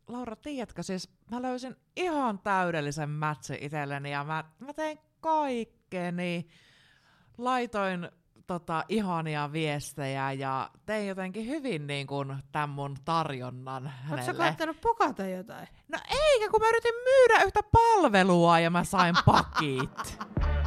Laura, tiedätkö, siis mä löysin ihan täydellisen matchin itselleni ja mä tein kaikkeni. Laitoin ihania viestejä ja tein jotenkin hyvin niin kuin tämän mun tarjonnan hänelle. Ootko sä koettanut pokata jotain? No eikä, kun mä yritin myydä yhtä palvelua ja mä sain pakit.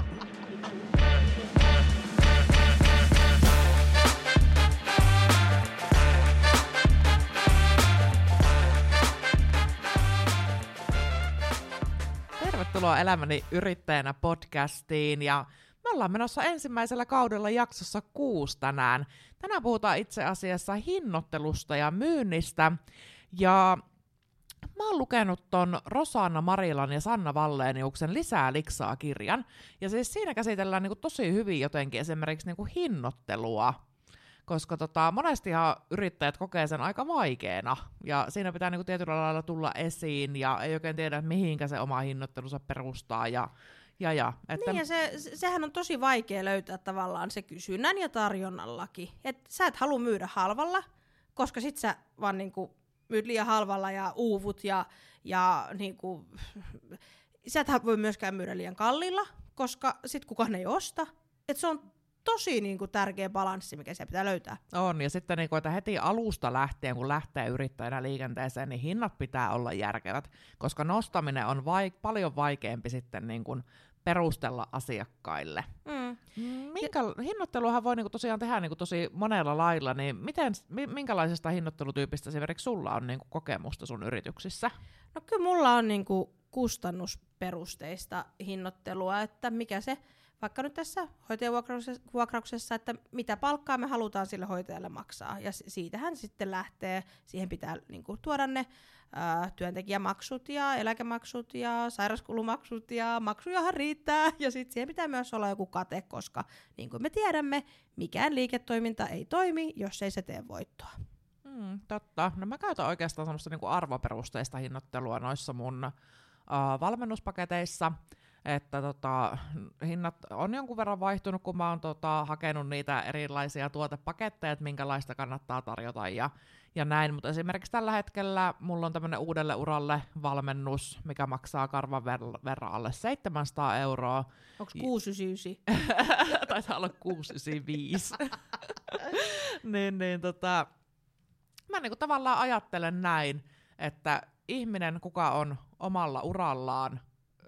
Tervetuloa Elämäni yrittäjänä podcastiin ja me ollaan menossa ensimmäisellä kaudella jaksossa 6 tänään. Tänään puhutaan itse asiassa hinnoittelusta ja myynnistä ja mä oon lukenut ton Rosanna Marilan ja Sanna Walleniuksen Lisää liksaa -kirjan ja siis siinä käsitellään niinku tosi hyvin jotenkin esimerkiksi niinku hinnoittelua. Koska monestihan yrittäjät kokee sen aika vaikeena, ja siinä pitää niinku tietyllä lailla tulla esiin, ja ei oikein tiedä, mihinkä se oma hinnoittelunsa perustaa. Että... Niin, ja sehän on tosi vaikea löytää tavallaan se kysynnän ja tarjonnan laki. Et sä et halua myydä halvalla, koska sit sä vaan niinku myyt liian halvalla ja uuvut, ja niinku, sä et voi myöskään myydä liian kalliilla, koska sit kukaan ei osta. Et se on tosi niinku tärkeä balanssi, mikä se pitää löytää. On, ja sitten niinku, että heti alusta lähtien, kun lähtee yrittäjänä liikenteeseen, niin hinnat pitää olla järkevät, koska nostaminen on paljon vaikeampi sitten niinku perustella asiakkaille. Hinnoitteluhan voi niinku tosiaan tehdä niinku tosi monella lailla, niin minkälaisesta hinnoittelutyypistä esimerkiksi sulla on niinku kokemusta sun yrityksissä? No kyllä mulla on niinku kustannusperusteista hinnoittelua, että mikä se vaikka nyt tässä hoitajavuokrauksessa, että mitä palkkaa me halutaan sille hoitajalle maksaa. Ja siitähän sitten lähtee, siihen pitää niinku tuoda ne työntekijämaksut ja eläkemaksut ja sairauskulumaksut ja maksujahan riittää. Ja sitten siihen pitää myös olla joku kate, koska niin kuin me tiedämme, mikään liiketoiminta ei toimi, jos ei se tee voittoa. Totta. No mä käytän oikeastaan semmoista niinku arvoperusteista hinnoittelua noissa mun valmennuspaketeissa. Että hinnat on jonkun verran vaihtunut, kun mä oon hakenut niitä erilaisia tuotepaketteja, että minkälaista kannattaa tarjota ja näin. Mutta esimerkiksi tällä hetkellä mulla on tämmönen uudelle uralle valmennus, mikä maksaa karvan verran alle 700 €. Onko 699? Taitaa olla 695. Mä niinku tavallaan ajattelen näin, että ihminen, kuka on omalla urallaan,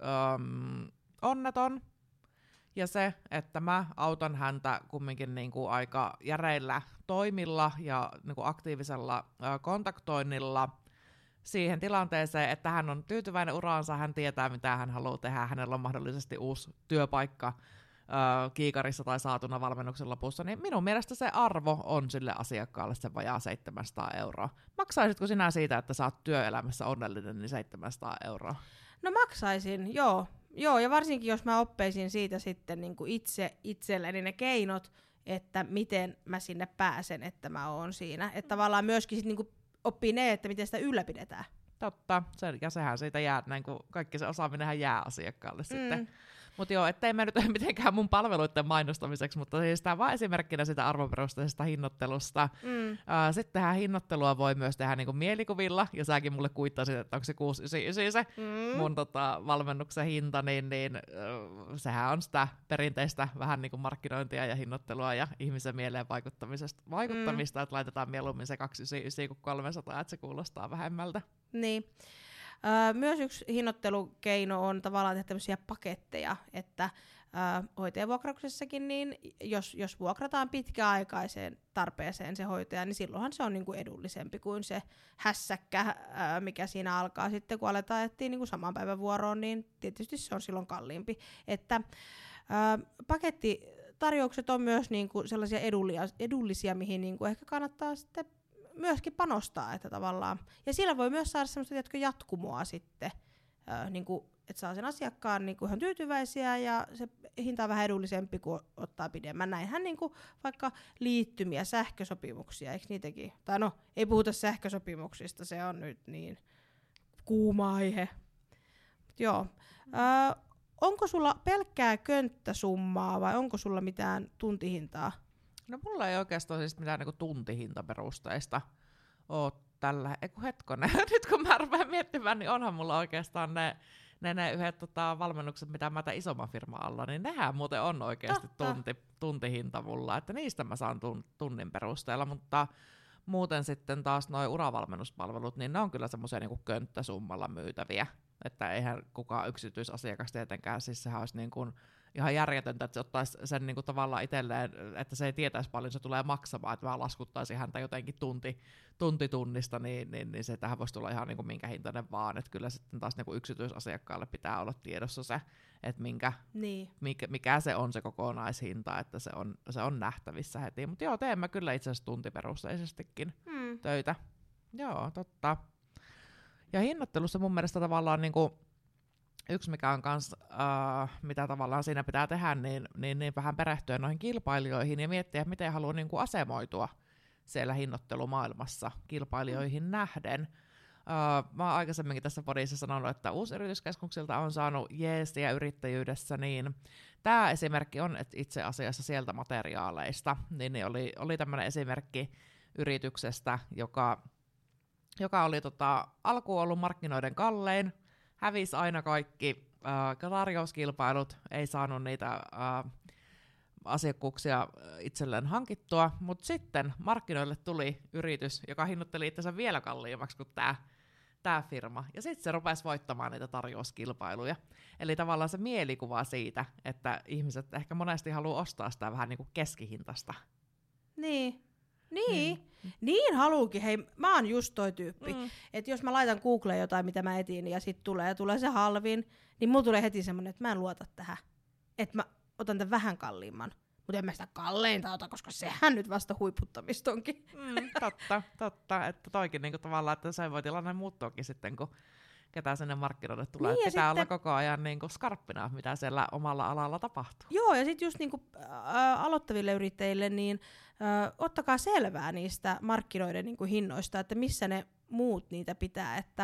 onneton, ja se, että mä autan häntä kumminkin niinku aika järeillä toimilla ja niinku aktiivisella kontaktoinnilla siihen tilanteeseen, että hän on tyytyväinen uraansa, hän tietää mitä hän haluaa tehdä, hänellä on mahdollisesti uusi työpaikka kiikarissa tai saatuna valmennuksen lopussa, niin minun mielestä se arvo on sille asiakkaalle se vajaa 700 €. Maksaisitko sinä siitä, että sä oot työelämässä onnellinen, niin 700 €? No maksaisin, joo. Joo, ja varsinkin jos mä oppeisin siitä sitten niin kuin itselleni ne keinot, että miten mä sinne pääsen, että mä oon siinä. Että tavallaan myöskin sit niin kuin oppii ne, että miten sitä ylläpidetään. Totta, ja sehän siitä jää, näin kuin kaikki se osaaminenhan jää asiakkaalle sitten. Mutta joo, ettei me nyt mitenkään mun palveluiden mainostamiseksi, mutta siis tämä vaan esimerkkinä sitä arvoperusteisesta hinnoittelusta. Sittenhän hinnoittelua voi myös tehdä niinku mielikuvilla, ja säkin mulle kuittasit, että onko se 699 se mun valmennuksen hinta, niin sehän on sitä perinteistä vähän niinku markkinointia ja hinnoittelua ja ihmisen mieleen vaikuttamista, että laitetaan mieluummin se 299 kuin 300, että se kuulostaa vähemmältä. Niin. Myös yksi hinnoittelukeino on tavallaan tehdä tämmöisiä paketteja, että hoitajavuokrauksessakin, niin jos vuokrataan pitkäaikaiseen tarpeeseen se hoitaja, niin silloinhan se on niinku edullisempi kuin se hässäkkä, mikä siinä alkaa sitten, kun aletaan etsiä niinku saman päivän vuoroon, niin tietysti se on silloin kalliimpi. Että pakettitarjoukset on myös niinku sellaisia edullisia, mihin niinku ehkä kannattaa sitten myöskin panostaa, että tavallaan. Ja sillä voi myös saada semmoista jatkumoa sitten, niinku, että saa sen asiakkaan niinku ihan tyytyväisiä ja se hinta on vähän edullisempi, kun ottaa pidemmän. Näinhän niinku vaikka liittymiä, sähkösopimuksia, eikö niitäkin? Tai no, ei puhuta sähkösopimuksista, se on nyt niin kuuma aihe. Joo. Onko sulla pelkkää könttäsummaa vai onko sulla mitään tuntihintaa? No mulla ei oikeastaan siis mitään niinku tuntihintaperusteista ole tällä, hetkonen, nyt kun mä rupean miettimään, niin onhan mulla oikeastaan ne yhdet valmennukset, mitä mä tämän isomman firman alla, niin nehän muuten on oikeasti tuntihinta mulla, että niistä mä saan tunnin perusteella, mutta muuten sitten taas noi uravalmennuspalvelut, niin ne on kyllä semmoisia niinku könttäsummalla myytäviä, että eihän kukaan yksityisasiakas tietenkään, siis sehän olisi niin kuin ihan järjetöntä, että se ottaisi sen niinku tavallaan itselleen, että se ei tietäisi paljon se tulee maksamaan, että mä laskuttaisin häntä jotenkin tunnista, niin se tähän voisi tulla ihan niinku minkä hintainen vaan, että kyllä sitten taas niinku yksityisasiakkaalle pitää olla tiedossa se, että mikä se on se kokonaishinta, että se on nähtävissä heti, mutta joo, teen mä kyllä itse asiassa tuntiperusteisestikin töitä. Joo, totta. Ja hinnoittelussa mun mielestä tavallaan niinku yksi, mikä on kans, mitä tavallaan siinä pitää tehdä, niin vähän perehtyä noihin kilpailijoihin ja miettiä, miten haluaa niinku asemoitua siellä hinnoittelumaailmassa kilpailijoihin nähden. Mä oon aikaisemminkin tässä podissa sanonut, että Uusyrityskeskuksilta on saanut jeesiä yrittäjyydessä, niin tämä esimerkki on itse asiassa sieltä materiaaleista. Niin oli tämmöinen esimerkki yrityksestä, joka oli alkuun ollut markkinoiden kallein, hävisi aina kaikki tarjouskilpailut, ei saanut niitä asiakkuuksia itselleen hankittua, mutta sitten markkinoille tuli yritys, joka hinnoitteli itsensä vielä kalliimmaksi kuin tämä firma, ja sitten se rupesi voittamaan niitä tarjouskilpailuja. Eli tavallaan se mielikuva siitä, että ihmiset ehkä monesti haluaa ostaa sitä vähän niin kuin keskihintasta. Niin haluukin. Hei, mä oon just toi tyyppi. Että jos mä laitan Googleen jotain, mitä mä etin, ja sit tulee se halvin, niin mulla tulee heti semmonen, että mä en luota tähän. Että mä otan tämän vähän kalliimman. Mutta en mä sitä kalleinta ota, koska sehän nyt vasta huiputtamista onkin. Totta. Että toikin niinku tavallaan, että se voi tilanne muuttuakin sitten, kun ketä sinne markkinoille tulee. Niin, pitää olla koko ajan niinku skarppina, mitä siellä omalla alalla tapahtuu. Joo, ja sitten just niinku, aloittaville yrittäjille, niin ottakaa selvää niistä markkinoiden niinku hinnoista, että missä ne muut niitä pitää. Että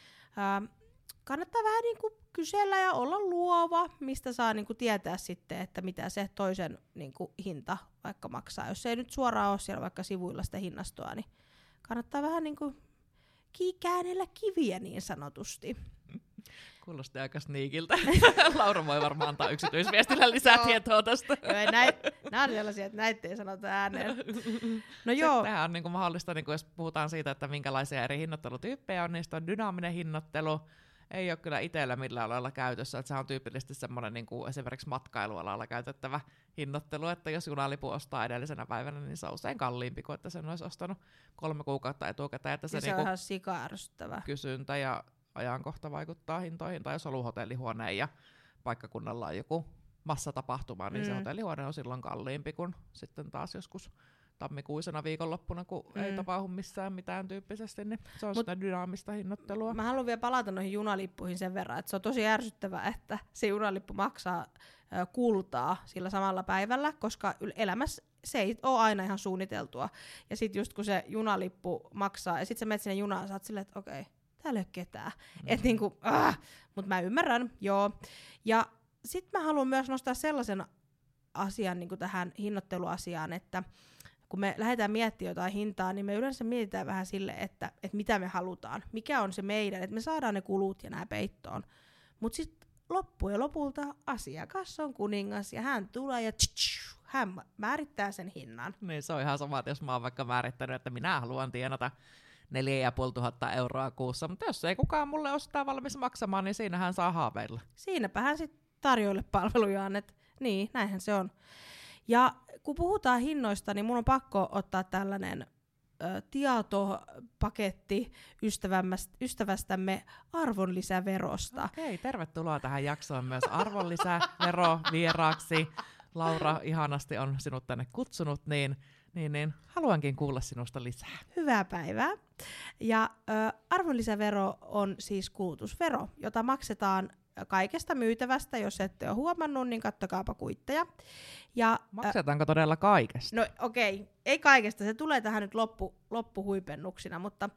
kannattaa vähän niinku kysellä ja olla luova, mistä saa niinku tietää sitten, että mitä se toisen niinku hinta vaikka maksaa. Jos ei nyt suoraan ole siellä vaikka sivuilla sitä hinnastoa, niin kannattaa vähän niinku käännellä kiviä niin sanotusti. Kuulosti aika sniikiltä. Laura voi varmaan antaa yksityisviestillä lisää tietoa tästä. Nämä on sellaisia, että näitä ei sanota ääneen. No joo. Tähän on niinku mahdollista, niinku jos puhutaan siitä, että minkälaisia eri hinnoittelutyyppejä on, niistä on dynaaminen hinnoittelu. Ei ole kyllä itsellä millään lailla käytössä, että se on tyypillisesti semmoinen niinku esimerkiksi matkailualalla käytettävä hinnoittelu, että jos junalipun ostaa edellisenä päivänä, niin se on usein kalliimpi kuin että sen olisi ostanut 3 kuukautta etukäteen. Että se on ihan sika-ärsyttävää. Kysyntä ja ajankohta vaikuttaa hintoihin, tai jos on ollut hotellihuoneen ja paikkakunnalla on joku massatapahtuma, niin se hotellihuone on silloin kalliimpi kuin sitten taas joskus tammikuisena viikonloppuna, kun ei tapahdu missään mitään tyyppisesti, niin se on sitä dynaamista hinnoittelua. Mä haluan vielä palata noihin junalippuihin sen verran, että se on tosi ärsyttävää, että se junalippu maksaa kultaa sillä samalla päivällä, koska elämässä se ei ole aina ihan suunniteltua. Ja sit just kun se junalippu maksaa, ja sit sä menet sinne junaan, sä oot silleen, että okei, täällä ei ole ketään. Niinku, mutta mä ymmärrän, joo. Ja sit mä haluan myös nostaa sellaisen asian niin kuin tähän hinnoitteluasiaan, että kun me lähdetään miettimään jotain hintaa, niin me yleensä mietitään vähän sille, että mitä me halutaan, mikä on se meidän, että me saadaan ne kulut ja nämä peittoon. Mutta sitten loppujen lopulta asiakas on kuningas ja hän tulee ja hän määrittää sen hinnan. Niin se on ihan sama, että jos mä oon vaikka määrittänyt, että minä haluan tienata 4,500 euroa kuussa, mutta jos ei kukaan mulle ole sitä valmis maksamaan, niin siinähän saa haaveilla. Siinäpä hän sitten tarjoille palvelujaan, että niin, näinhän se on. Ja kun puhutaan hinnoista, niin mun on pakko ottaa tällainen tietopaketti ystävästämme arvonlisäverosta. Okei, tervetuloa tähän jaksoon myös arvonlisävero vieraaksi. Laura, ihanasti on sinut tänne kutsunut, niin haluankin kuulla sinusta lisää. Hyvää päivää. Ja arvonlisävero on siis kulutusvero, jota maksetaan kaikesta myytävästä. Jos ette ole huomannut, niin kattokaapa kuitteja. Ja, maksetaanko todella kaikesta? No okei, ei kaikesta. Se tulee tähän nyt loppuhuipennuksina, mutta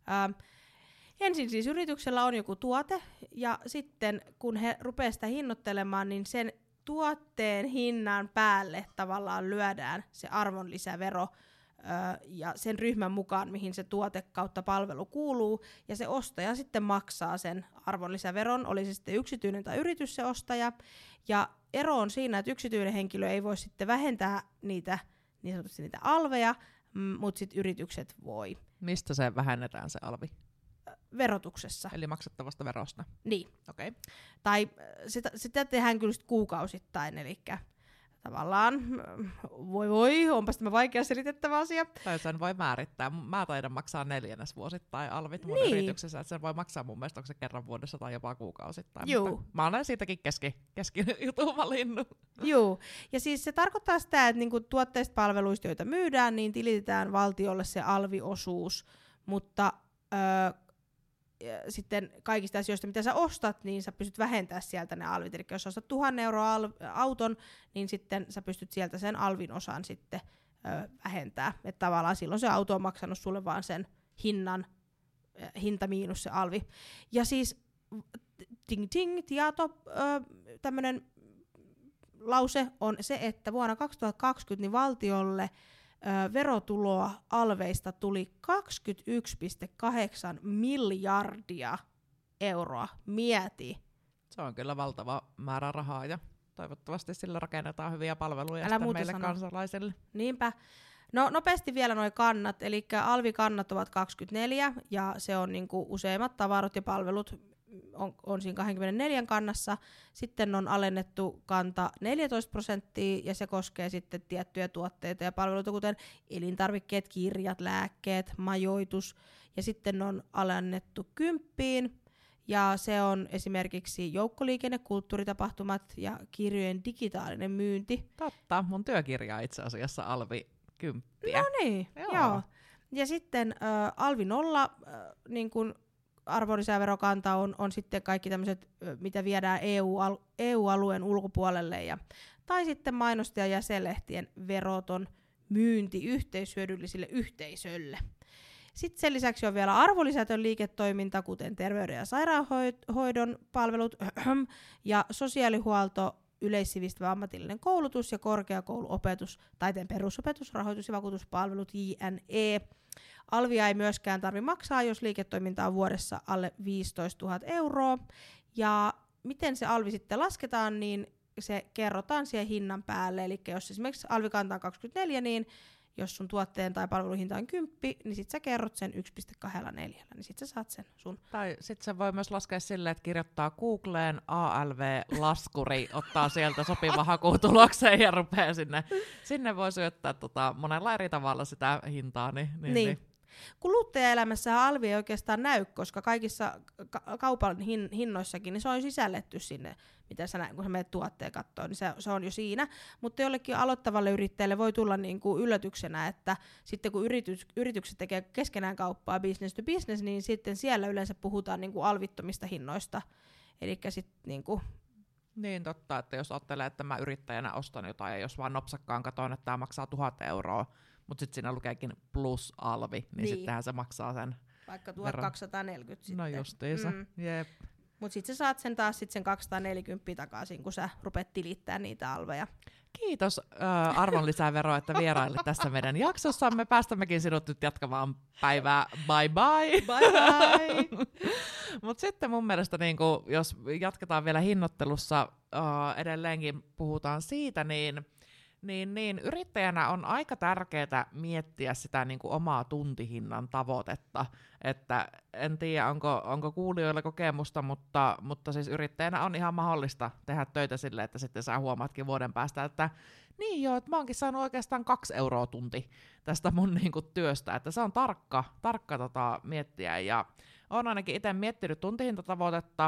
ensin siis yrityksellä on joku tuote, ja sitten kun he rupeaa sitä hinnoittelemaan, niin sen tuotteen hinnan päälle tavallaan lyödään se arvonlisävero ja sen ryhmän mukaan, mihin se tuote kautta palvelu kuuluu, ja se ostaja sitten maksaa sen arvonlisäveron, oli se sitten yksityinen tai yritys se ostaja, ja ero on siinä, että yksityinen henkilö ei voi sitten vähentää niitä niin sanotusti niitä alveja, mutta sitten yritykset voi. Mistä se vähennetään se alvi? Verotuksessa. Eli maksettavasta verosta. Niin. Okei. Okay. Tai sitä tehdään kyllä kuukausittain, eli tavallaan, onpas tämä vaikea selitettävä asia. Tai sen voi määrittää. Mä taidan maksaa 4. vuosittain alvit mun yrityksessä, että sen voi maksaa mun mielestä, onko se kerran vuodessa tai jopa kuukausittain. Juu. Mä olen siitäkin keskijutun valinnut. Joo, ja siis se tarkoittaa sitä, että niinku tuotteista palveluista, joita myydään, niin tilitetään valtiolle se alviosuus, mutta sitten kaikista asioista, mitä sä ostat, niin sä pystyt vähentämään sieltä ne alvit. Eli jos sä ostat 1 000 euroa auton, niin sitten sä pystyt sieltä sen alvin osan sitten vähentää. Että tavallaan silloin se auto on maksanut sulle vaan sen hinta miinus se alvi. Ja siis tieto, tämmönen lause on se, että vuonna 2020 niin valtiolle verotuloa alveista tuli 21,8 miljardia euroa. Mieti. Se on kyllä valtava määrä rahaa ja toivottavasti sillä rakennetaan hyviä palveluja meille kansalaisille. Niinpä. No nopeasti vielä nuo kannat, eli alvikannat ovat 24 ja se on niinku useimmat tavarat ja palvelut on siinä 24 kannassa. Sitten on alennettu kanta 14% ja se koskee sitten tiettyjä tuotteita ja palveluita, kuten elintarvikkeet, kirjat, lääkkeet, majoitus. Ja sitten on alennettu 10 ja se on esimerkiksi joukkoliikenne, kulttuuritapahtumat ja kirjojen digitaalinen myynti. Totta, mun työkirja itse asiassa alvi 10. No niin, joo. Ja sitten alvi 0, niin kuin arvonlisäverokanta on sitten kaikki tämmöiset, mitä viedään EU-alueen ulkopuolelle, tai sitten mainosta- ja jäsenlehtien veroton myynti yhteishyödyllisille yhteisölle. Sitten sen lisäksi on vielä arvonlisätön liiketoiminta, kuten terveyden ja sairaanhoidon palvelut, ja sosiaalihuolto, yleissivistävä ammatillinen koulutus ja korkeakouluopetus, taiteen perusopetus, rahoitus- ja vakuutuspalvelut, JNE. Alvia ei myöskään tarvitse maksaa, jos liiketoiminta on vuodessa alle 15 000 euroa. Ja miten se alvi sitten lasketaan, niin se kerrotaan siihen hinnan päälle. Eli jos esimerkiksi alvikanta on 24, niin jos sun tuotteen tai palvelun hinta on 10, niin sit sä kerrot sen 1,24, niin sit sä saat sen sun. Tai sit se voi myös laskea silleen, että kirjoittaa Googleen ALV-laskuri, ottaa sieltä sopivan hakutuloksen ja rupeaa sinne voi syöttää monella eri tavalla sitä hintaa. Niin. Kuluttajaelämässä alvi ei oikeastaan näy, koska kaikissa kaupan hinnoissakin niin se on sisälletty sinne, mitä sä näet, kun sä menet tuotteen kattoon, niin se on jo siinä. Mutta jollekin aloittavalle yrittäjälle voi tulla niinku yllätyksenä, että sitten kun yritykset tekee keskenään kauppaa business to business, niin sitten siellä yleensä puhutaan niinku alvittomista hinnoista. Elikkä sitten niinku niin totta, että jos ajattelee, että mä yrittäjänä ostan jotain ja jos vaan nopsakkaan katon, että tämä maksaa 1 000 euroa, mutta sitten siinä lukeekin plus-alvi, niin sittenhän se maksaa sen vaikka 1240 sitten. No justiinsa, jep. Mutta sitten sä saat sen taas sen 240 takaisin, kun sä rupeat tilittämään niitä alveja. Kiitos arvonlisävero, että vierailit tässä meidän jaksossamme. Päästämmekin sinut nyt jatkamaan päivää. Bye bye! Bye bye! Mutta sitten mun mielestä, niinku, jos jatketaan vielä hinnoittelussa, edelleenkin puhutaan siitä, niin yrittäjänä on aika tärkeää miettiä sitä niin kuin omaa tuntihinnan tavoitetta. Että en tiedä, onko kuulijoilla kokemusta, mutta siis yrittäjänä on ihan mahdollista tehdä töitä silleen, että sitten sä huomaatkin vuoden päästä, että niin joo, että mä oonkin saanut oikeastaan 2 euroa tunti tästä mun niin kuin työstä. Että se on tarkka miettiä. Ja oon ainakin itse miettinyt tuntihintatavoitetta,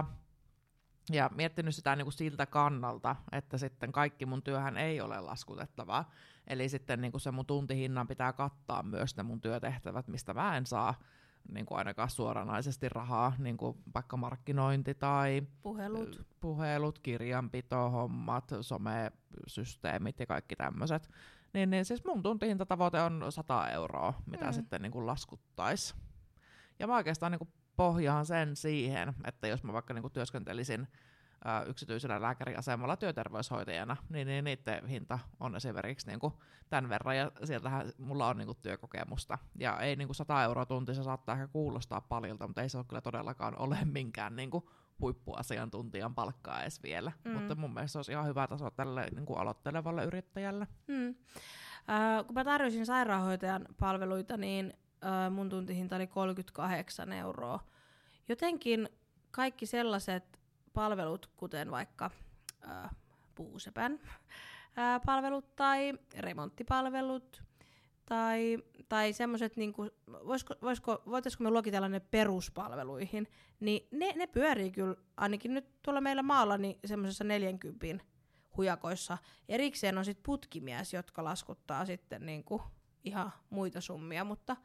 ja miettinyt sitä niin kuin siltä kannalta, että sitten kaikki mun työhän ei ole laskutettavaa. Eli sitten niin kuin se mun tuntihinnan pitää kattaa myös ne mun työtehtävät, mistä mä en saa niin kuin ainakaan suoranaisesti rahaa, niin kuin vaikka markkinointi tai puhelut, kirjanpito, hommat, somesysteemit ja kaikki tämmöiset. Niin siis mun tuntihintatavoite on 100 euroa, mitä sitten niin kuin laskuttaisi. Ja mä oikeastaan niin kuin pohjaan sen siihen, että jos mä vaikka niinku työskentelisin yksityisellä lääkäriasemalla työterveyshoitajana, niin niiden hinta on esimerkiksi niinku tämän verran, ja sieltähän mulla on niinku työkokemusta. Ja ei niinku 100 € tunti, se saattaa ehkä kuulostaa paljolta, mutta ei se ole kyllä todellakaan ole minkään niinku huippuasiantuntijan palkkaa edes vielä. Mutta mun mielestä se olisi ihan hyvä taso tälle niinku aloittelevalle yrittäjälle. Kun mä tarjosin sairaanhoitajan palveluita, niin mun tuntihinta oli 38 €. Jotenkin kaikki sellaiset palvelut, kuten vaikka puusepän palvelut tai remonttipalvelut tai semmoiset, niinku, voitaisiko me luokitella ne peruspalveluihin, niin ne pyörii kyllä ainakin nyt tuolla meillä maalla niin semmoisessa 40 hujakoissa. Erikseen on sitten putkimies, jotka laskuttaa sitten niinku ihan muita summia, mutta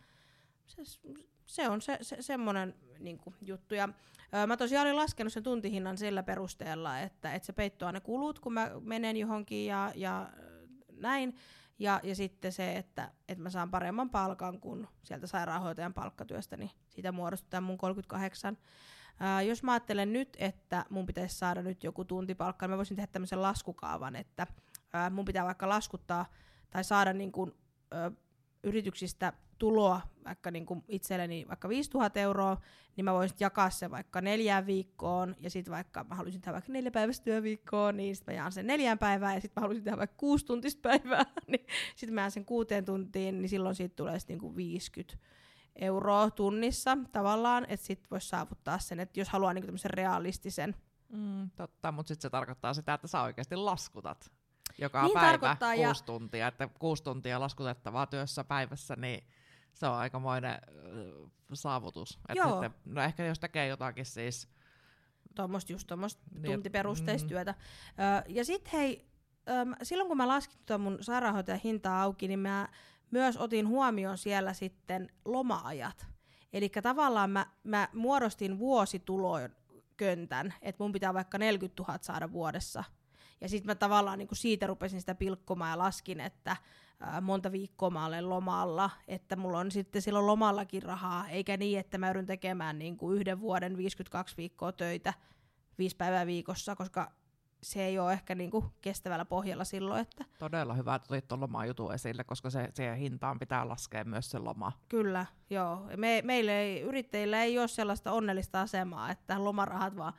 se on semmoinen niinku juttu. Ja mä tosiaan olin laskenut sen tuntihinnan sillä perusteella, että se peittoaa ne kulut, kun mä menen johonkin ja näin. Ja sitten se, että mä saan paremman palkan kuin sieltä sairaanhoitajan palkkatyöstä, niin siitä muodostuu mun 38. Jos mä ajattelen nyt, että mun pitäisi saada nyt joku tuntipalkka, niin mä voisin tehdä tämmöisen laskukaavan, että mun pitää vaikka laskuttaa tai saada niin kuin, yrityksistä tuloa vaikka niin kuin itselleni vaikka 5 000 €, niin mä voisin jakaa sen vaikka 4 viikkoon, ja sitten vaikka mä haluaisin tehdä vaikka 4-päiväistä työviikkoa, niin sitten mä jaan sen 4 päivään, ja sitten mä haluaisin tehdä vaikka 6-tuntista päivää, niin sitten mä jaan sen 6 tuntiin, niin silloin siitä tulee sitten niin kuin 50 € tunnissa tavallaan, että sitten voisi saavuttaa sen, että jos haluaa niin kuin tämmöisen realistisen. Totta, mutta sitten se tarkoittaa sitä, että sä oikeasti laskutat joka niin päivä 6 tuntia, että 6 tuntia laskutettavaa työssä päivässä, niin se on aikamoinen saavutus. Sitten, no ehkä jos tekee jotakin siis tuommoista tuntiperusteista työtä. Ja sitten hei, silloin kun mä laskin mun sairaanhoitajan hintaa auki, niin mä myös otin huomioon siellä sitten loma-ajat. Eli tavallaan mä muodostin vuosituloon köntän, että mun pitää vaikka 40 000 saada vuodessa. Ja sitten mä tavallaan niinku siitä rupesin sitä pilkkomaan ja laskin, että monta viikkoa mä olen lomalla, että mulla on sitten silloin lomallakin rahaa, eikä niin, että mä yritän tekemään niinku 1 vuoden 52 viikkoa töitä 5 päivää viikossa, koska se ei ole ehkä niinku kestävällä pohjalla silloin. Että todella hyvä, että otit tuon lomajutun esille, koska se hintaan pitää laskea myös se loma. Kyllä, joo. Meille yrittäjillä ei ole sellaista onnellista asemaa, että lomarahat vaan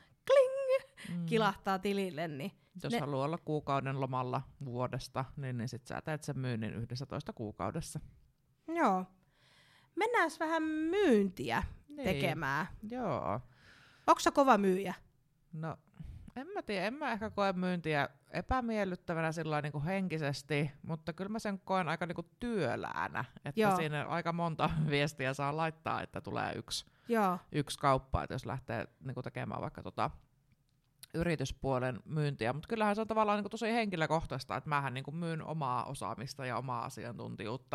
kilahtaa tilille. Niin jos haluaa olla kuukauden lomalla vuodesta, niin sit sä teet sen myynnin 11 kuukaudessa. Joo. Mennään vähän myyntiä tekemään. Joo. Onko sä kova myyjä? No, en mä tiedä. En mä ehkä koe myyntiä epämiellyttävänä sillain niinku henkisesti, mutta kyllä mä sen koen aika niinku työläänä. Että siinä aika monta viestiä saa laittaa, että tulee yksi kauppa, että jos lähtee niinku tekemään vaikka yrityspuolen myyntiä, mutta kyllähän se on tavallaan niinku tosi henkilökohtaista, että mähän niinku myyn omaa osaamista ja omaa asiantuntijuutta,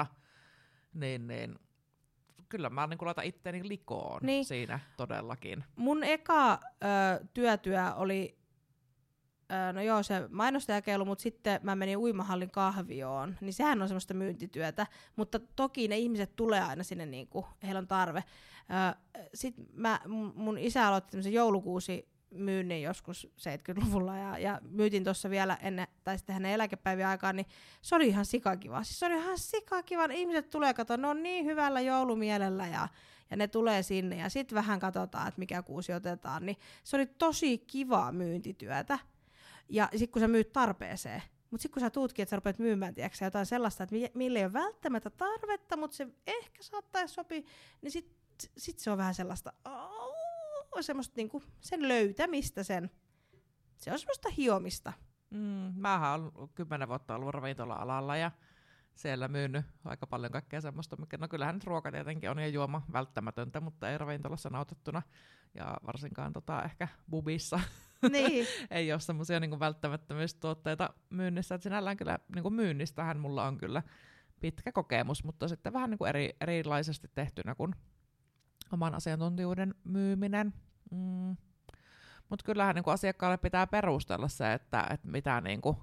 niin kyllä mä niinku laitan itteeni likoon siinä todellakin. Mun eka työtyö oli, se mainostajakeilu, mutta sitten mä menin uimahallin kahvioon, niin sehän on semmoista myyntityötä, mutta toki ne ihmiset tulee aina sinne, niinku, heillä on tarve. Sitten mun isä aloitti tämmöisen joulukuusi myynnin joskus 70-luvulla ja myytin tuossa vielä tai sitten hänen eläkepäivien aikaan, niin se oli ihan sikakiva. Siis se oli ihan sikakiva. Ihmiset tulee katsomaan, ne on niin hyvällä joulumielellä ja ne tulee sinne ja sitten vähän katsotaan, että mikä kuusi otetaan. Niin se oli tosi kivaa myyntityötä. Ja sitten kun sä myyt tarpeeseen, mutta sitten kun sä tuutkin, että sä rupeat myymään jotain sellaista, että millä ei ole välttämättä tarvetta, mutta se ehkä saattaisi sopia, niin sit se on vähän sellaista semmoista niinku sen löytämistä, se on semmoista hiomista. Mähän olen 10 vuotta ollut ravintola-alalla ja siellä myynyt aika paljon kaikkea semmoista, mikä, no kyllähän nyt ruoka tietenkin on ja juoma välttämätöntä, mutta ei ravintolassa nautettuna ja varsinkaan ehkä bubissa niin. ei ole semmoisia niinku välttämättömyystuotteita myynnissä, että sinällään kyllä niinku myynnistähän mulla on kyllä pitkä kokemus, mutta sitten vähän niinku erilaisesti tehtynä kuin oman asiantuntijuuden myyminen. Mutta kyllähän niinku asiakkaalle pitää perustella se, että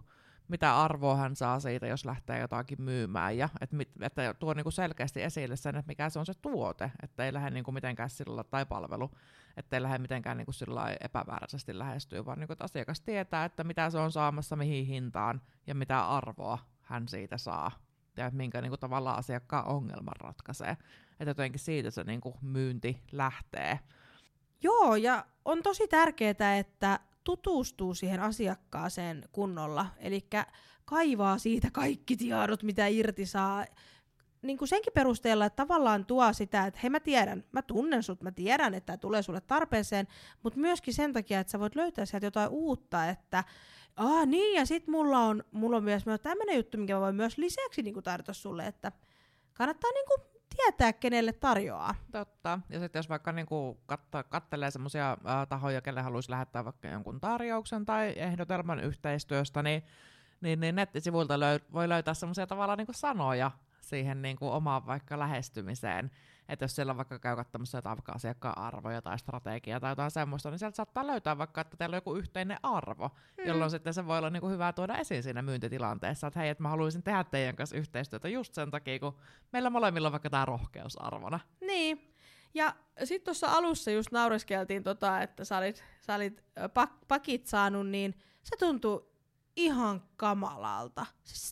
mitä arvoa hän saa siitä, jos lähtee jotakin myymään, ja että tuo niinku selkeästi esille sen, että mikä se on se tuote, että ei lähde niinku mitenkään sillä tai palvelu, että ei lähde mitenkään niinku sillä epämääräisesti lähestyä, vaan niinku, että asiakas tietää, että mitä se on saamassa, mihin hintaan, ja mitä arvoa hän siitä saa, ja minkä niinku tavallaan asiakkaan ongelman ratkaisee. Että jotenkin siitä se niinku myynti lähtee. Joo, ja on tosi tärkeää, että tutustuu siihen asiakkaaseen kunnolla, eli kaivaa siitä kaikki tiedot, mitä irti saa. Niin kuin senkin perusteella, että tavallaan tuo sitä, että hei mä tiedän, mä tunnen sut, mä tiedän, että tämä tulee sulle tarpeeseen, mutta myöskin sen takia, että sä voit löytää sieltä jotain uutta, että niin, ja sit mulla on myös tämmönen juttu, minkä mä voin myös lisäksi niin kuin tarjota sulle, että kannattaa niin kuin tietää, kenelle tarjoaa. Totta. Ja sitten jos vaikka niinku kattelee semmoisia tahoja, kelle haluaisi lähettää vaikka jonkun tarjouksen tai ehdotelman yhteistyöstä, niin nettisivuilta voi löytää semmoisia tavallaan niinku sanoja siihen niinku omaan vaikka lähestymiseen. Että jos siellä vaikka käy katsomassa jotain vaikka asiakkaan arvoja tai strategiaa tai jotain semmoista, niin sieltä saattaa löytää vaikka, että teillä on joku yhteinen arvo, jolloin sitten se voi olla niinku hyvä tuoda esiin siinä myyntitilanteessa, että hei, että mä haluaisin tehdä teidän kanssa yhteistyötä just sen takia, kun meillä molemmilla on vaikka tämä rohkeusarvona. Niin. Ja sitten tuossa alussa just naureskeltiin, että sä olit pakit saanut, niin se tuntuu ihan kamalalta.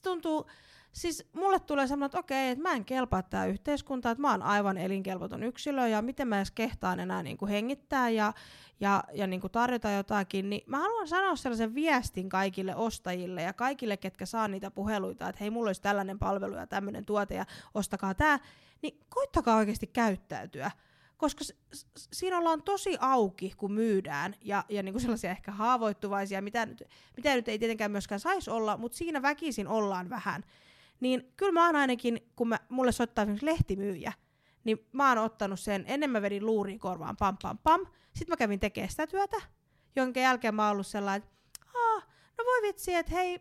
Siis mulle tulee semmoinen, että okei, että mä en kelpaa tää yhteiskuntaan, että mä oon aivan elinkelvoton yksilö ja miten mä edes kehtaan enää niinku hengittää ja niinku tarjota jotakin, niin mä haluan sanoa sellaisen viestin kaikille ostajille ja kaikille, ketkä saa niitä puheluita, että hei, mulla olisi tällainen palvelu ja tämmöinen tuote ja ostakaa tää, niin koittakaa oikeasti käyttäytyä. Koska siinä ollaan tosi auki, kun myydään, ja niinku sellaisia ehkä haavoittuvaisia, mitä nyt ei tietenkään myöskään saisi olla, mutta siinä väkisin ollaan vähän. Niin kyllä mä oon ainakin, kun mulle soittaa esimerkiksi lehtimyyjä, niin mä oon ottanut sen, ennen mä vedin luuriin korvaan pam pam pam, sit mä kävin tekemään sitä työtä, jonka jälkeen mä oon ollut sellainen, että no voi vitsi, että hei,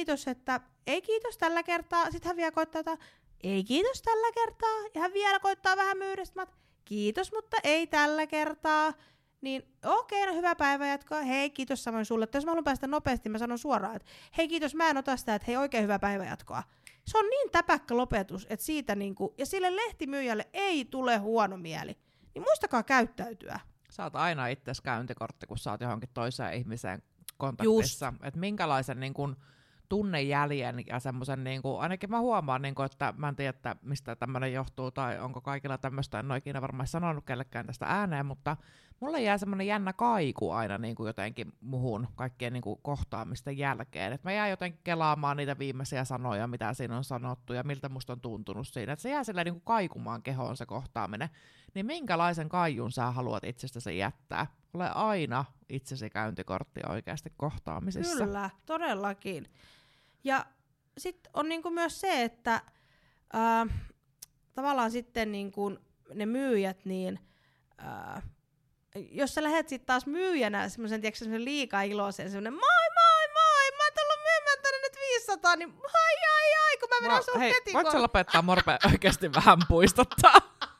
ei kiitos tällä kertaa, sit hän vielä koittaa jotain, ei kiitos tällä kertaa, ja hän vielä koittaa vähän myydä, kiitos, mutta ei tällä kertaa. Niin okei, no hyvää päivänjatkoa, hei kiitos samoin sulle. Että jos mä haluan päästä nopeasti, mä sanon suoraan, että hei kiitos, mä en ota sitä, että hei oikein hyvää päivänjatkoa. Se on niin täpäkkä lopetus, että siitä niinku, ja sille lehtimyyjälle ei tule huono mieli. Niin muistakaa käyttäytyä. Sä oot aina itses käyntikortti, kun sä oot johonkin toiseen ihmiseen kontaktissa. Että minkälaisen niin kun tunnejäljen ja semmoisen, niin ainakin mä huomaan, niin kun, että mä en tiedä, että mistä tämmöinen johtuu tai onko kaikilla tämmöistä, en ole ikinä varmaan sanonut kellekään tästä ääneen, mutta mulle jää semmoinen jännä kaiku aina niin kuin jotenkin muhun kaikkien niin kuin kohtaamisten jälkeen. Et mä jään jotenkin kelaamaan niitä viimeisiä sanoja, mitä siinä on sanottu ja miltä musta on tuntunut siinä. Et se jää silleen niin kuin kaikumaan kehoon se kohtaaminen. Niin minkälaisen kaijun sä haluat itsestäsi jättää? Ole aina itsesi käyntikortti oikeasti kohtaamisissa. Kyllä, todellakin. Ja sitten on niinku myös se, että tavallaan sitten niinku ne myyjät, niin jos sä lähdet sitten taas myyjänä semmoisen liikaa iloisen, semmoinen moi, mä oon tullut myymään tänne nyt 500, niin ai, kun mä menen sun heti. Voit sä lopettaa morpe oikeasti vähän puistottaa?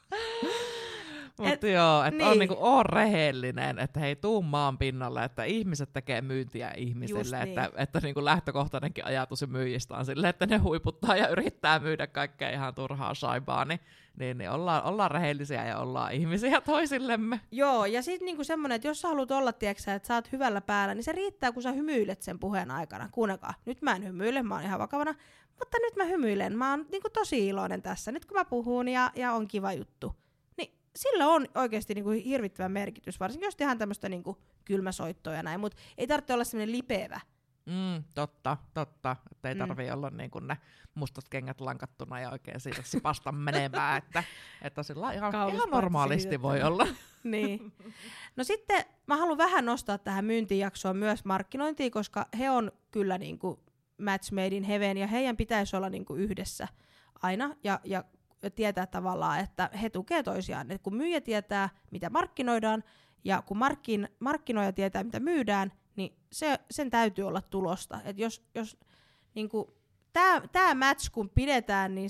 Mutta joo, että niin. On niinku, oo rehellinen, että hei, tuu maan pinnalle, että ihmiset tekee myyntiä ihmisille, niin. että niinku lähtökohtainenkin ajatus myyjistä on silleen, että ne huiputtaa ja yrittää myydä kaikkea ihan turhaa shaibaa, niin ollaan rehellisiä ja ollaan ihmisiä toisillemme. Joo, ja sitten niinku semmonen, että jos sä haluat olla, tieksä, että sä oot hyvällä päällä, niin se riittää, kun sä hymyilet sen puheen aikana. Kuunnelkaa, nyt mä en hymyile, mä oon ihan vakavana, mutta nyt mä hymyilen, mä oon niinku tosi iloinen tässä, nyt kun mä puhun ja on kiva juttu. Sillä on oikeasti niinku hirvittävä merkitys, varsinkin jos tehdään tämmöistä niinku kylmäsoittoa ja näin, mutta ei tarvitse olla semmoinen lipevä. Totta. Että ei tarvitse olla niinku ne mustat kengät lankattuna ja oikein siitä sipasta menemään, että sillä ihan normaalisti voi olla. Niin. No sitten mä haluan vähän nostaa tähän myyntijaksoon myös markkinointia, koska he on kyllä niinku match made in heaven ja heidän pitäisi olla niinku yhdessä aina ja tietää tavallaan, että he tukee toisiaan. Et kun myyjä tietää, mitä markkinoidaan, ja kun markkinoija tietää, mitä myydään, niin sen täytyy olla tulosta. Et jos niinku, tää match kun pidetään, niin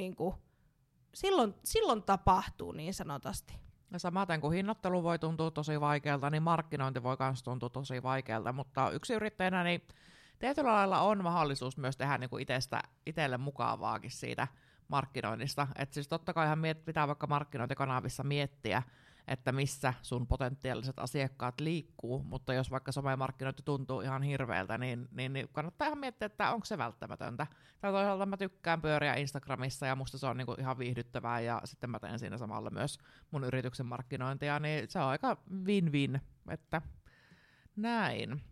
silloin tapahtuu niin sanotasti. Ja samaten kun hinnoittelu voi tuntua tosi vaikealta, niin markkinointi voi myös tuntua tosi vaikealta, mutta yksi yrittäjänä, niin tietyllä lailla on mahdollisuus myös tehdä niinku itselle mukavaakin siitä markkinoinnista. Et siis totta kai pitää vaikka markkinointikanavissa miettiä, että missä sun potentiaaliset asiakkaat liikkuu, mutta jos vaikka somemarkkinointi tuntuu ihan hirveältä, niin kannattaa ihan miettiä, että onko se välttämätöntä. Tai toisaalta mä tykkään pyöriä Instagramissa ja musta se on niinku ihan viihdyttävää ja sitten mä teen siinä samalla myös mun yrityksen markkinointia, niin se on aika win-win, että näin.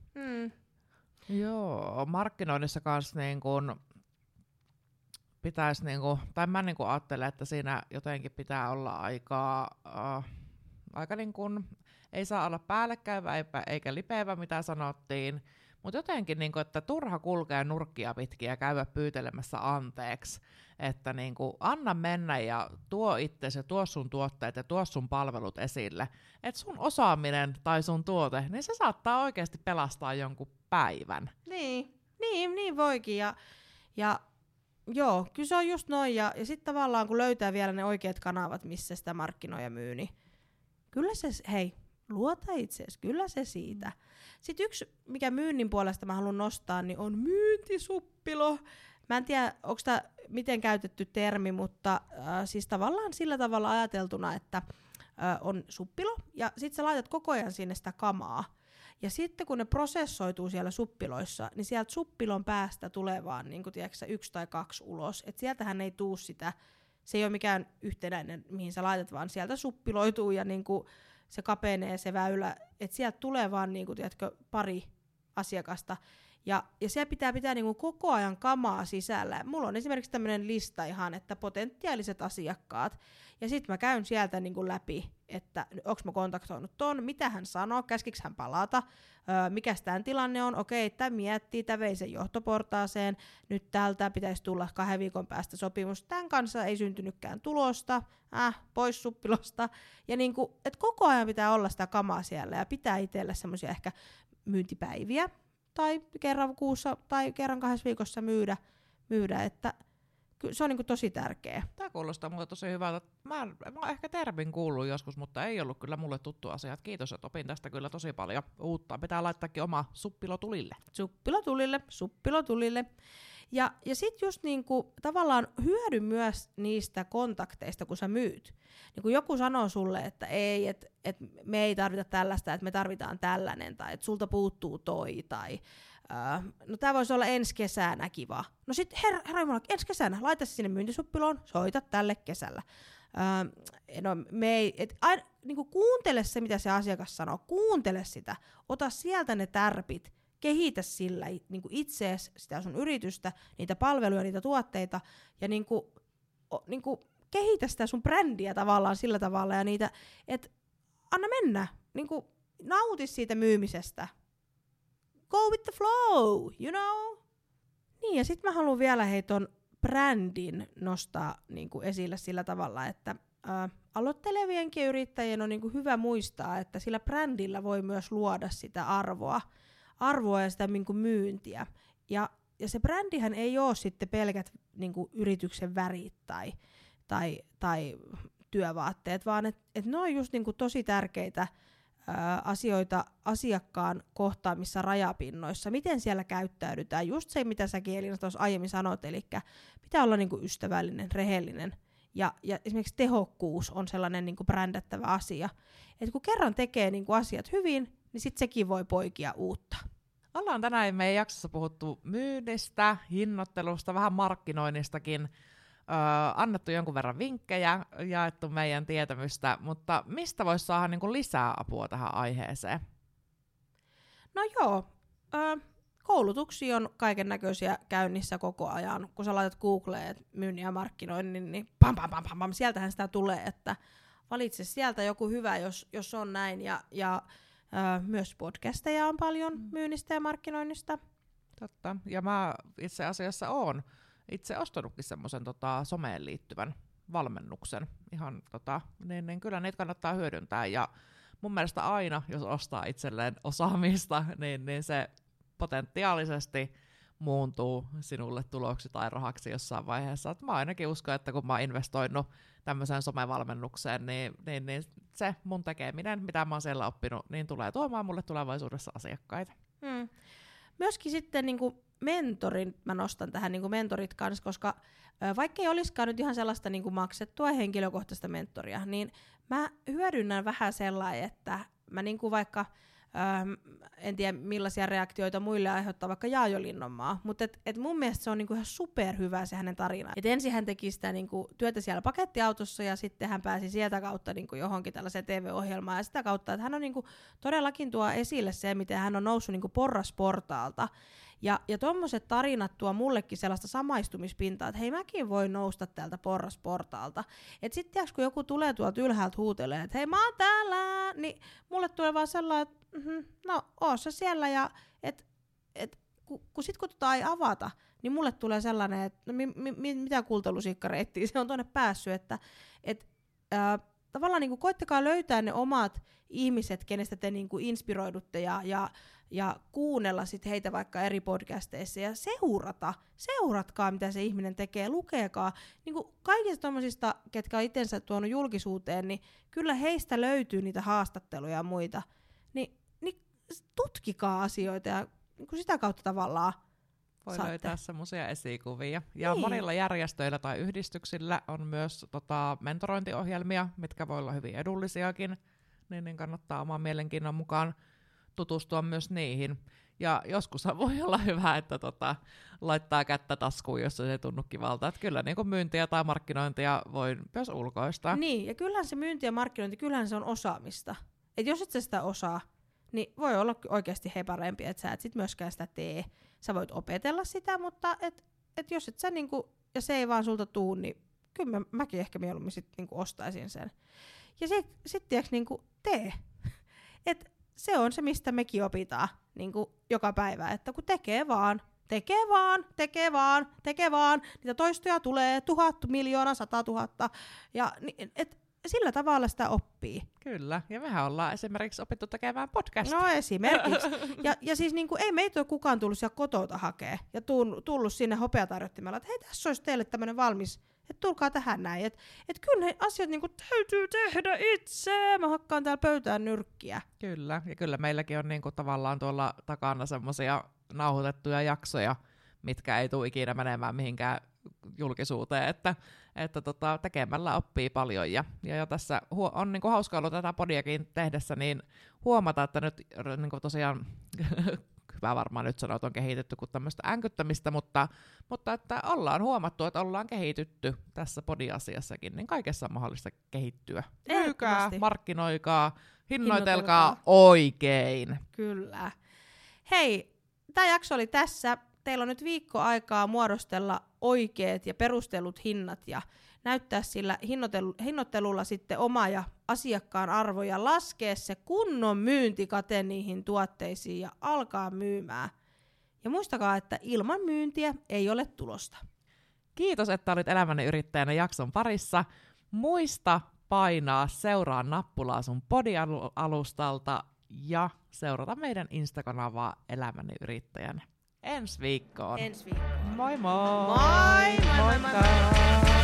Joo, markkinoinnissa kanssa niin kun pitäisi, tai mä ajattelen, että siinä jotenkin pitää olla aika niin kuin, ei saa olla päällekkäyvä eikä lipeävä, mitä sanottiin, mutta jotenkin, niin kuin, että turha kulkea nurkkia pitkin ja käydä pyytelemässä anteeksi, että niin kuin, anna mennä ja tuo itsesi ja tuo sun tuotteet ja tuo sun palvelut esille, että sun osaaminen tai sun tuote, niin se saattaa oikeasti pelastaa jonkun päivän. Niin voikin ja joo, kyllä se on just noin ja sitten tavallaan kun löytää vielä ne oikeat kanavat, missä sitä markkinoi ja myy, niin kyllä se, luota itseesi, kyllä se siitä. Sitten yksi, mikä myynnin puolesta mä haluan nostaa, niin on myyntisuppilo. Mä en tiedä, onko tämä miten käytetty termi, mutta siis tavallaan sillä tavalla ajateltuna, että on suppilo, ja sitten sä laitat koko ajan sinne sitä kamaa. Ja sitten kun ne prosessoituu siellä suppiloissa, niin sieltä suppilon päästä tulee vaan niin kun, tiedätkö, 1 tai 2 ulos. Et sieltähän ei tuu sitä, se ei ole mikään yhtenäinen, mihin sä laitat, vaan sieltä suppiloituu ja niin kun, se kapenee se väylä, että sieltä tulee vaan niin kun, tiedätkö, pari asiakasta. Ja siellä pitää niin kun, koko ajan kamaa sisällä. Mulla on esimerkiksi tämmöinen lista ihan, että potentiaaliset asiakkaat. Ja sitten mä käyn sieltä niin kun, läpi, että onko mä kontaktoinut ton, mitä hän sanoo, käskiks hän palata, mikä tämän tilanne on, okei, tämä miettii, tämä vei sen johtoportaaseen, nyt täältä pitäisi tulla 2 viikon päästä sopimus, tämän kanssa ei syntynytkään tulosta, pois suppilosta, ja niin kuin, että koko ajan pitää olla sitä kamaa siellä, ja pitää itselle semmoisia ehkä myyntipäiviä, tai kerran kuussa, tai kerran 2 viikossa myydä, että se on niin kuin tosi tärkeä. Tämä kuulostaa mulle tosi hyvältä. Mä oon ehkä termin kuullut joskus, mutta ei ollut kyllä mulle tuttu asia. Kiitos, että opin tästä kyllä tosi paljon uutta. Pitää laittaakin oma suppilo tulille. Suppilo tulille. Ja sit just niinku, tavallaan hyödy myös niistä kontakteista, kun sä myyt. Niin kun joku sanoo sulle, että ei, että me ei tarvita tällaista, että me tarvitaan tällainen, tai että sulta puuttuu toi, tai no tää voisi olla ensi kesänä kiva. No sit herra Jumala, ensi kesänä, laita se sinne myyntisuppiloon, soita tälle kesällä. No me ei, niinku kuuntele se, mitä se asiakas sanoo, kuuntele sitä, ota sieltä ne tärpit, kehitä sillä niinku itseesi, sitä sun yritystä, niitä palveluja, niitä tuotteita, ja niinku kehitä sitä sun brändiä tavallaan sillä tavalla, ja niitä, että anna mennä, niinku nauti siitä myymisestä. Go with the flow, you know? Niin, ja sit mä haluan vielä ton brändin nostaa niinku esille sillä tavalla, että aloittelevienkin yrittäjien on niinku hyvä muistaa, että sillä brändillä voi myös luoda sitä arvoa ja sitä niinku myyntiä. Ja se brändihän ei ole sitten pelkät niinku yrityksen värit tai työvaatteet, vaan että ne on just niinku tosi tärkeitä asioita asiakkaan kohtaamissa rajapinnoissa, miten siellä käyttäydytään. Just se, mitä säkin Elina tuossa aiemmin sanoit, eli pitää olla niinku ystävällinen, rehellinen. Ja esimerkiksi tehokkuus on sellainen niinku brändättävä asia. Et kun kerran tekee niinku asiat hyvin, niin sitten sekin voi poikia uutta. Ollaan tänään meidän jaksossa puhuttu myynnistä, hinnoittelusta, vähän markkinoinnistakin, annettu jonkun verran vinkkejä, jaettu meidän tietämystä, mutta mistä voisi saada niinku lisää apua tähän aiheeseen? No joo, koulutuksia on kaiken näköisiä käynnissä koko ajan. Kun sä laitat Googleen myynnin ja markkinoinnin, niin pam, sieltähän sitä tulee, että valitse sieltä joku hyvä, jos on näin. Ja myös podcasteja on paljon myynnistä ja markkinoinnista. Totta, ja mä itse asiassa oon itse ostanutkin semmoisen someen liittyvän valmennuksen. Ihan niin kyllä niitä kannattaa hyödyntää. Ja mun mielestä aina, jos ostaa itselleen osaamista, niin se potentiaalisesti muuntuu sinulle tuloksi tai rahaksi jossain vaiheessa. Et mä ainakin uskon, että kun mä oon investoinut tämmöiseen somevalmennukseen, niin se mun tekeminen, mitä mä oon siellä oppinut, niin tulee tuomaan mulle tulevaisuudessa asiakkaita. myöskin sitten niinku mentorin mä nostan tähän, niinku mentorit kanssa, koska vaikka ei olisikaan nyt ihan sellaista niinku maksettua henkilökohtaista mentoria, niin mä hyödynnän vähän sellainen, että mä niinku vaikka en tiedä millaisia reaktioita muille aiheuttaa vaikka Jaajo Linnonmaa, mutta et mun mielestä se on niinku ihan superhyvä se hänen tarina. Et ensin hän teki sitä niinku työtä siellä pakettiautossa ja sitten hän pääsi sieltä kautta niinku johonkin tällaiseen TV-ohjelmaan ja sitä kautta, että hän on niinku todellakin tuo esille se, miten hän on noussut niinku porrasportaalta. Ja tommoset tarinat tuo mullekin sellaista samaistumispintaa, että hei mäkin voin nousta täältä porrasportaalta. Et sit tiiäks, kun joku tulee tuolta ylhäältä huutelee, että hei mä oon täällä, niin mulle tulee vaan sellainen, että no oot sä siellä ja kun tota ei avata, niin mulle tulee sellainen, että no, mitä kultalusikkareittiä se on tuonne päässyt, että tavallaan niinku koittakaa löytää ne omat ihmiset, kenestä te niinku inspiroidutte ja kuunnella sit heitä vaikka eri podcasteissa ja seuratkaa mitä se ihminen tekee, lukekaa. Niinku kaikista tommosista, ketkä on itsensä tuonut julkisuuteen, niin kyllä heistä löytyy niitä haastatteluja ja muita. Niin tutkikaa asioita ja niinku sitä kautta tavallaan voi saatte löytää semmoisia esikuvia. Ja niin. Monilla järjestöillä tai yhdistyksillä on myös mentorointiohjelmia, mitkä voi olla hyvin edullisiakin, niin kannattaa oman mielenkiinnon mukaan tutustua myös niihin. Ja joskus voi olla hyvä, että laittaa kättä taskuun, jos se ei tunnu kivalta. Että kyllä niin kuin myyntiä tai markkinointia voi myös ulkoistaa. Niin, ja kyllähän se myynti ja markkinointi, kyllähän se on osaamista. Et jos et sä sitä osaa, niin voi olla oikeasti parempi, että sä et sit myöskään sitä tee. Sä voit opetella sitä, mutta et jos et sä niinku, ja se ei vaan sulta tuu, niin kyllä mäkin ehkä mieluummin sit niinku ostaisin sen. Ja sit tiiäks niinku tee. Et se on se, mistä mekin opitaan niinku joka päivä, että kun tekee vaan, niitä toistoja tulee 1000, 1 100 000, ja sillä tavalla sitä oppii. Kyllä, ja mehän ollaan esimerkiksi opittu tekemään podcastia. No esimerkiksi. Ja siis niinku, ei meitä ole kukaan tullut siellä kotota hakea ja tullut sinne hopeatarjottimella, että hei, tässä olisi teille tämmöinen valmis, että tulkaa tähän näin. Et kyllä ne asiat niinku täytyy tehdä itse. Mä hakkaan täällä pöytään nyrkkiä. Kyllä, ja kyllä meilläkin on niinku tavallaan tuolla takana semmoisia nauhoitettuja jaksoja, mitkä ei tule ikinä menemään mihinkään julkisuuteen, että tekemällä oppii paljon. Ja tässä on niinku hauska ollut tätä podiakin tehdessä, niin huomata, että nyt niinku tosiaan, hyvä varmaan nyt sanoa, että on kehitetty kuin tämmöistä änkyttämistä, mutta että ollaan huomattu, että ollaan kehitytty tässä podiasiassakin, niin kaikessa on mahdollista kehittyä. Myykää, markkinoikaa, hinnoitelkaa oikein. Kyllä. Hei, tämä jakso oli tässä. Teillä on nyt viikko aikaa muodostella oikeat ja perustellut hinnat ja näyttää sillä hinnoittelulla sitten oma ja asiakkaan arvo ja laskea se kunnon myyntikate niihin tuotteisiin ja alkaa myymään. Ja muistakaa, että ilman myyntiä ei ole tulosta. Kiitos, että olit Elämäni yrittäjänä jakson parissa. Muista painaa seuraa nappulaa sun podialustalta ja seurata meidän Insta-kanavaa Elämäni yrittäjänä. Ensi viikkoon. Ensi viikkoon. Moi moi! Moi moi moi moi!